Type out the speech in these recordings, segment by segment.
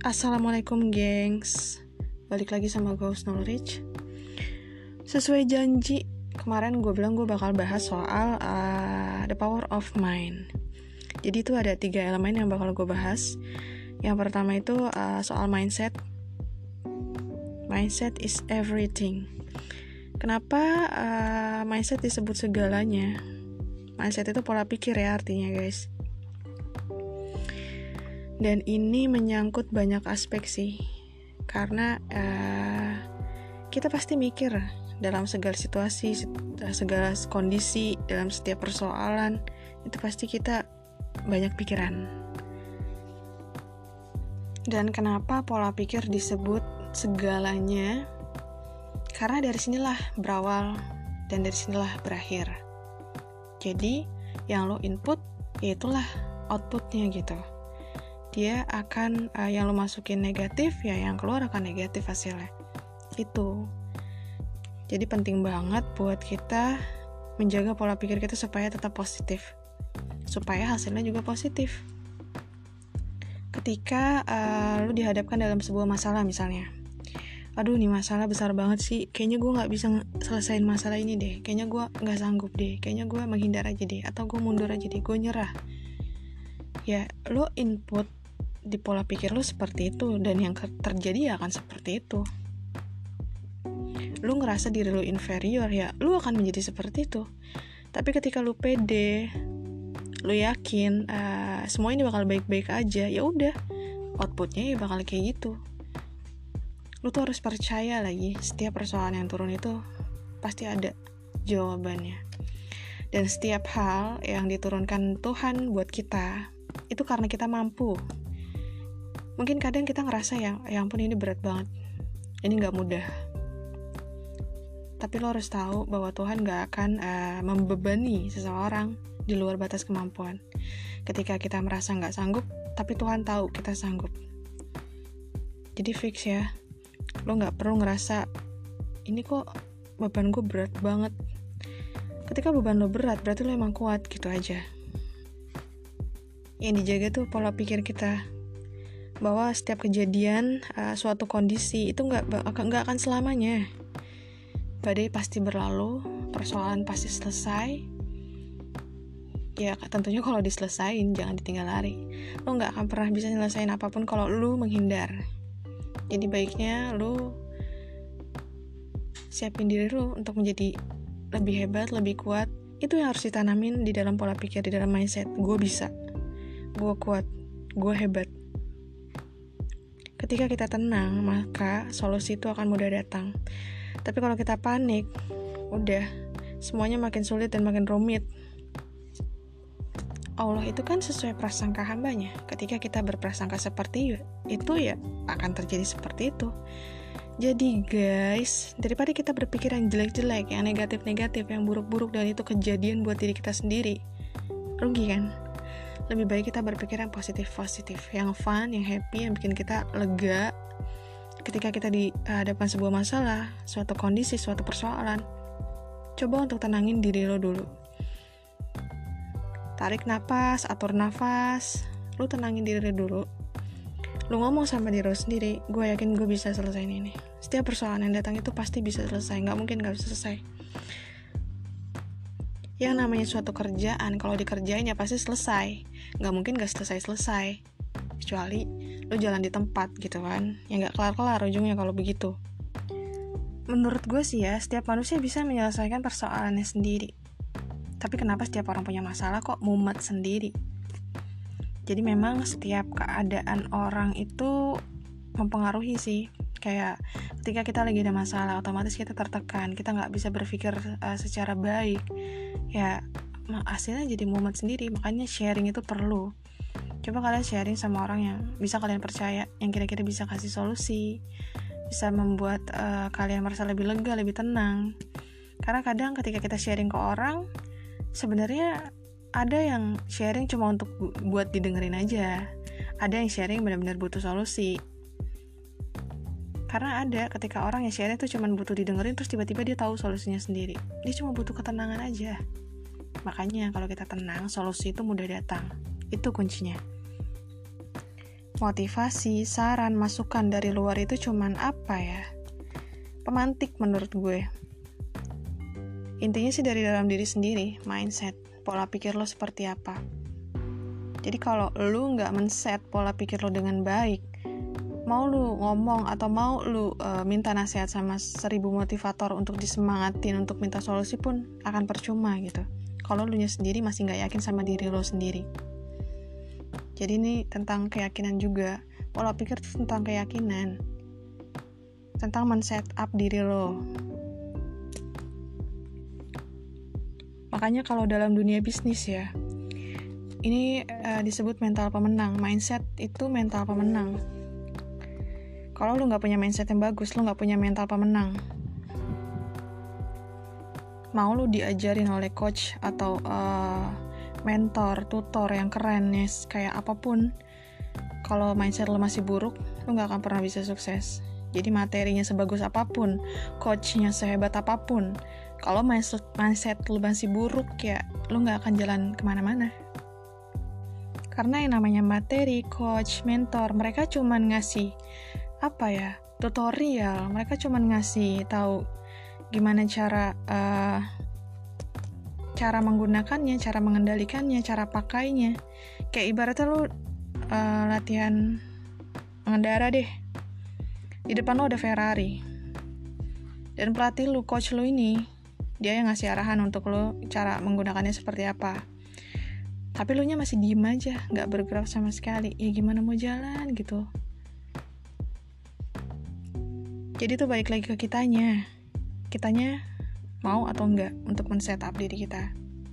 Assalamualaikum gengs. Balik lagi sama Ghost Knowledge. Sesuai janji, kemarin gue bilang gue bakal bahas soal the power of mind. Jadi itu ada 3 elemen yang bakal gue bahas. Yang pertama itu soal mindset. Mindset is everything. Kenapa mindset disebut segalanya? Mindset itu pola pikir ya artinya guys. Dan ini menyangkut banyak aspek sih. Karena kita pasti mikir dalam segala situasi, segala kondisi, dalam setiap persoalan, itu pasti kita banyak pikiran. Dan kenapa pola pikir disebut segalanya? Karena dari sinilah berawal dan dari sinilah berakhir. Jadi yang lo input, ya itulah outputnya gitu. Dia akan yang lo masukin negatif, ya yang keluar akan negatif hasilnya. Itu. Jadi penting banget buat kita menjaga pola pikir kita supaya tetap positif. Supaya hasilnya juga positif. Ketika lo dihadapkan dalam sebuah masalah misalnya. Aduh nih masalah besar banget sih. Kayaknya gue gak bisa selesain masalah ini deh. Kayaknya gue gak sanggup deh. Kayaknya gue menghindar aja deh. Atau gue mundur aja deh. Gue nyerah. Ya lo input di pola pikir lu seperti itu, dan yang terjadi ya akan seperti itu. Lu ngerasa diri lu inferior, ya lu akan menjadi seperti itu. Tapi ketika lu pede, lu yakin semua ini bakal baik-baik aja, ya udah, outputnya ya bakal kayak gitu. Lu tuh harus percaya lagi, setiap persoalan yang turun itu pasti ada jawabannya. Dan setiap hal yang diturunkan Tuhan buat kita, itu karena kita mampu. Mungkin kadang kita ngerasa ya ampun ini berat banget, ini gak mudah. Tapi lo harus tahu bahwa Tuhan gak akan membebani seseorang di luar batas kemampuan. Ketika kita merasa gak sanggup, tapi Tuhan tahu kita sanggup. Jadi fix ya, lo gak perlu ngerasa ini kok beban gue berat banget. Ketika beban lo berat, berarti lo emang kuat gitu aja. Yang dijaga tuh pola pikir kita, bahwa setiap kejadian, suatu kondisi itu nggak akan selamanya. Badai pasti berlalu, persoalan pasti selesai. Ya tentunya kalau diselesain, jangan ditinggal lari. Lo nggak akan pernah bisa nyelesain apapun kalau lo menghindar. Jadi baiknya lo siapin diri lo untuk menjadi lebih hebat, lebih kuat. Itu yang harus ditanamin di dalam pola pikir, di dalam mindset. Gue bisa, gue kuat, gue hebat. Ketika kita tenang, maka solusi itu akan mudah datang. Tapi kalau kita panik, udah, semuanya makin sulit dan makin rumit. Allah itu kan sesuai prasangka hambanya. Ketika kita berprasangka seperti itu, ya akan terjadi seperti itu. Jadi guys, daripada kita berpikir yang jelek-jelek, yang negatif-negatif, yang buruk-buruk, dan itu kejadian buat diri kita sendiri, rugi kan? Lebih baik kita berpikir yang positif-positif, yang fun, yang happy, yang bikin kita lega. Ketika kita dihadapkan sebuah masalah, suatu kondisi, suatu persoalan, coba untuk tenangin diri lo dulu. Tarik nafas, atur nafas, lo tenangin diri dulu. Lo ngomong sama diri lo sendiri, gue yakin gue bisa selesaiin ini. Setiap persoalan yang datang itu pasti bisa selesai, gak mungkin gak bisa selesai. Yang namanya suatu kerjaan, kalau dikerjain ya pasti selesai. Gak mungkin gak selesai-selesai. Kecuali lo jalan di tempat gitu kan, ya gak kelar-kelar ujungnya kalau begitu. Menurut gue sih ya, setiap manusia bisa menyelesaikan persoalannya sendiri. Tapi kenapa setiap orang punya masalah kok mumet sendiri? Jadi memang setiap keadaan orang itu mempengaruhi sih. Kayak ketika kita lagi ada masalah, otomatis kita tertekan, kita gak bisa berpikir secara baik. Ya hasilnya jadi mumet sendiri. Makanya sharing itu perlu. Coba kalian sharing sama orang yang bisa kalian percaya, yang kira-kira bisa kasih solusi, bisa membuat kalian merasa lebih lega, lebih tenang. Karena kadang ketika kita sharing ke orang, sebenarnya ada yang sharing cuma untuk buat didengerin aja, ada yang sharing benar-benar butuh solusi. Karena ada ketika orang yang sharing tuh cuma butuh didengerin, terus tiba-tiba dia tahu solusinya sendiri. Dia cuma butuh ketenangan aja. Makanya kalau kita tenang, solusi itu mudah datang. Itu kuncinya. motivasi, saran, masukan dari luar itu cuman apa ya? Pemantik menurut gue. Intinya sih dari dalam diri sendiri, mindset, pola pikir lo seperti apa. Jadi kalau lu nggak men-set pola pikir lo dengan baik, mau lu ngomong atau mau lu minta nasihat sama 1000 motivator untuk disemangatin, untuk minta solusi pun akan percuma gitu. Kalau lu nya sendiri masih nggak yakin sama diri lo sendiri. Jadi ini tentang keyakinan juga. Pola pikir itu tentang keyakinan, tentang men-set up diri lo. Makanya kalau dalam dunia bisnis ya, ini disebut mental pemenang. Mindset itu mental pemenang. Kalau lu gak punya mindset yang bagus, lu gak punya mental pemenang, mau lu diajarin oleh coach atau mentor, tutor yang keren ya, kayak apapun, kalau mindset lu masih buruk, lu gak akan pernah bisa sukses. Jadi materinya sebagus apapun, coachnya sehebat apapun, kalau mindset lu masih buruk ya, lu gak akan jalan kemana-mana. Karena yang namanya materi, coach, mentor, mereka cuman ngasih tutorial, mereka cuman ngasih tahu gimana cara menggunakannya, cara mengendalikannya, cara pakainya. Kayak ibaratnya lu latihan mengendara deh. Di depan lu ada Ferrari. Dan pelatih lu, coach lu ini, dia yang ngasih arahan untuk lu cara menggunakannya seperti apa. Tapi lu nya masih diem aja, gak bergerak sama sekali. Ya gimana mau jalan gitu. Jadi tuh balik lagi ke kitanya mau atau enggak untuk men-set up diri kita.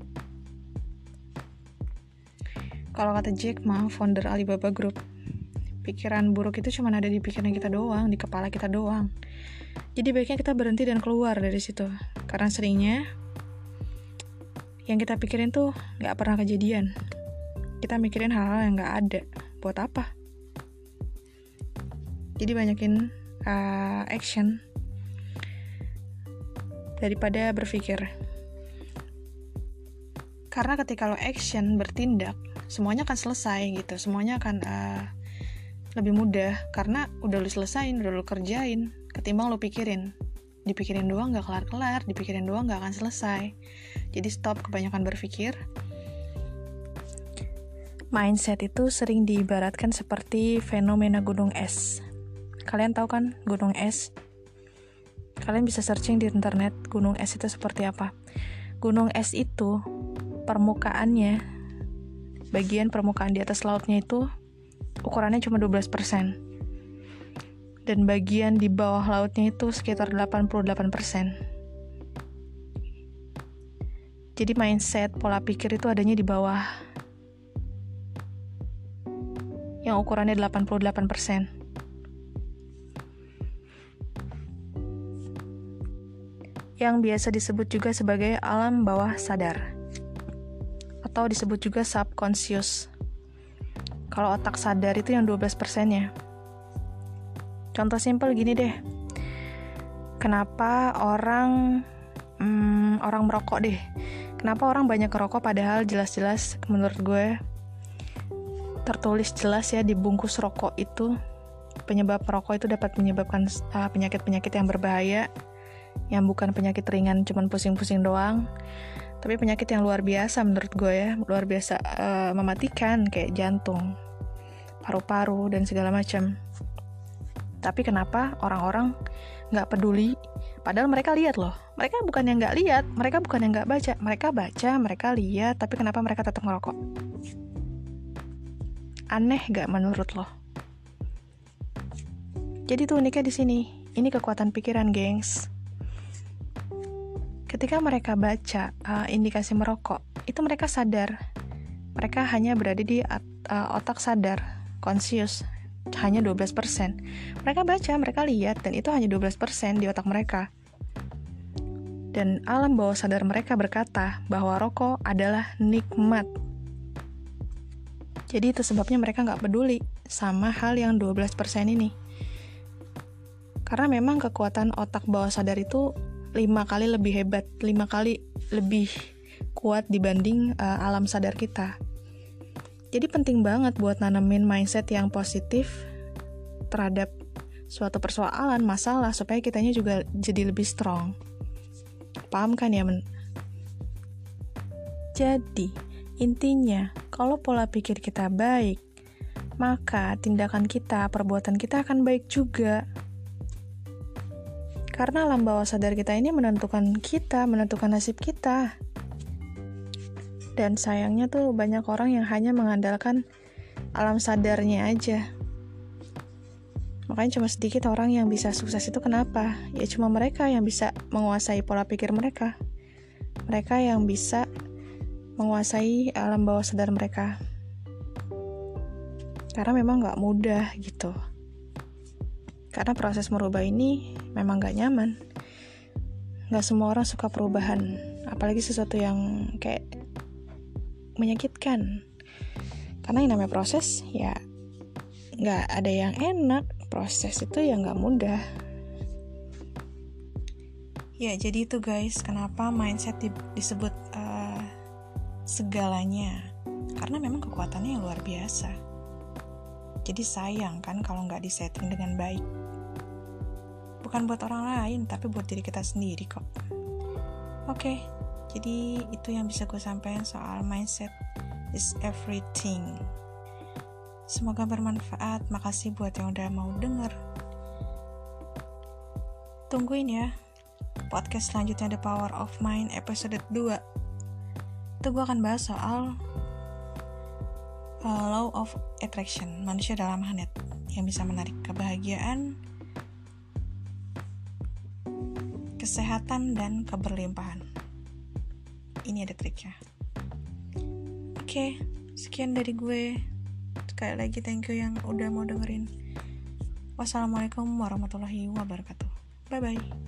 Kalau kata Jack Ma, founder Alibaba Group, pikiran buruk itu cuma ada di pikiran kita doang, di kepala kita doang. Jadi baiknya kita berhenti dan keluar dari situ. Karena seringnya yang kita pikirin tuh gak pernah kejadian. Kita mikirin hal-hal yang gak ada. Buat apa? Jadi banyakin action daripada berpikir. Karena ketika lo action, bertindak, semuanya akan selesai gitu. Semuanya akan lebih mudah. Karena udah lo selesain, udah lo kerjain. Ketimbang lo pikirin. Dipikirin doang gak kelar-kelar, dipikirin doang gak akan selesai. Jadi stop kebanyakan berpikir. Mindset itu sering diibaratkan seperti fenomena gunung es. Kalian tahu kan gunung es? Kalian bisa searching di internet gunung es itu seperti apa. Gunung es itu permukaannya, bagian permukaan di atas lautnya itu ukurannya cuma 12%. Dan bagian di bawah lautnya itu sekitar 88%. Jadi mindset, pola pikir itu adanya di bawah, yang ukurannya 88%. Yang biasa disebut juga sebagai alam bawah sadar, atau disebut juga subconscious. Kalau otak sadar itu yang 12%-nya. Contoh simpel gini deh. Kenapa orang merokok deh? Kenapa orang banyak ngerokok padahal jelas-jelas menurut gue tertulis jelas ya di bungkus rokok itu penyebab merokok itu dapat menyebabkan penyakit-penyakit yang berbahaya, yang bukan penyakit ringan cuman pusing-pusing doang, tapi penyakit yang luar biasa menurut gue ya, luar biasa mematikan, kayak jantung, paru-paru dan segala macam. Tapi kenapa orang-orang gak peduli, padahal mereka lihat loh. Mereka bukan yang gak lihat, mereka bukan yang gak baca, mereka lihat, tapi kenapa mereka tetap ngerokok? Aneh gak menurut lo? Jadi tuh uniknya di sini. Ini kekuatan pikiran, gengs. Ketika mereka baca indikasi merokok, itu mereka sadar. Mereka hanya berada di otak sadar, conscious, hanya 12%. Mereka baca, mereka lihat, dan itu hanya 12% di otak mereka. Dan alam bawah sadar mereka berkata bahwa rokok adalah nikmat. Jadi itu sebabnya mereka gak peduli sama hal yang 12% ini. Karena memang kekuatan otak bawah sadar itu 5 kali lebih hebat, 5 kali lebih kuat dibanding alam sadar kita. Jadi penting banget buat nanemin mindset yang positif terhadap suatu persoalan, masalah, supaya kitanya juga jadi lebih strong. Paham kan ya, Jadi, intinya, kalau pola pikir kita baik, maka tindakan kita, perbuatan kita akan baik juga. Karena alam bawah sadar kita ini menentukan nasib kita. Dan sayangnya tuh banyak orang yang hanya mengandalkan alam sadarnya aja. Makanya cuma sedikit orang yang bisa sukses itu kenapa? Ya cuma mereka yang bisa menguasai pola pikir mereka. Mereka yang bisa menguasai alam bawah sadar mereka. Karena memang gak mudah gitu. Karena proses merubah ini memang gak nyaman. Gak semua orang suka perubahan. Apalagi sesuatu yang kayak menyakitkan. Karena yang namanya proses ya gak ada yang enak. Proses itu ya gak mudah. Ya jadi itu guys, kenapa mindset disebut segalanya. Karena memang kekuatannya yang luar biasa. Jadi sayang kan kalau gak disetting dengan baik. Bukan buat orang lain, tapi buat diri kita sendiri kok. Oke, jadi itu yang bisa gue sampaikan soal mindset is everything. Semoga bermanfaat. Makasih buat yang udah mau denger. Tungguin ya podcast selanjutnya, The Power of Mind episode 2. Itu gue akan bahas soal Law of Attraction, manusia dalam magnet yang bisa menarik kebahagiaan, kesehatan, dan keberlimpahan. Ini ada triknya. Oke, sekian dari gue. Sekali lagi thank you yang udah mau dengerin. Wassalamualaikum warahmatullahi wabarakatuh. Bye-bye.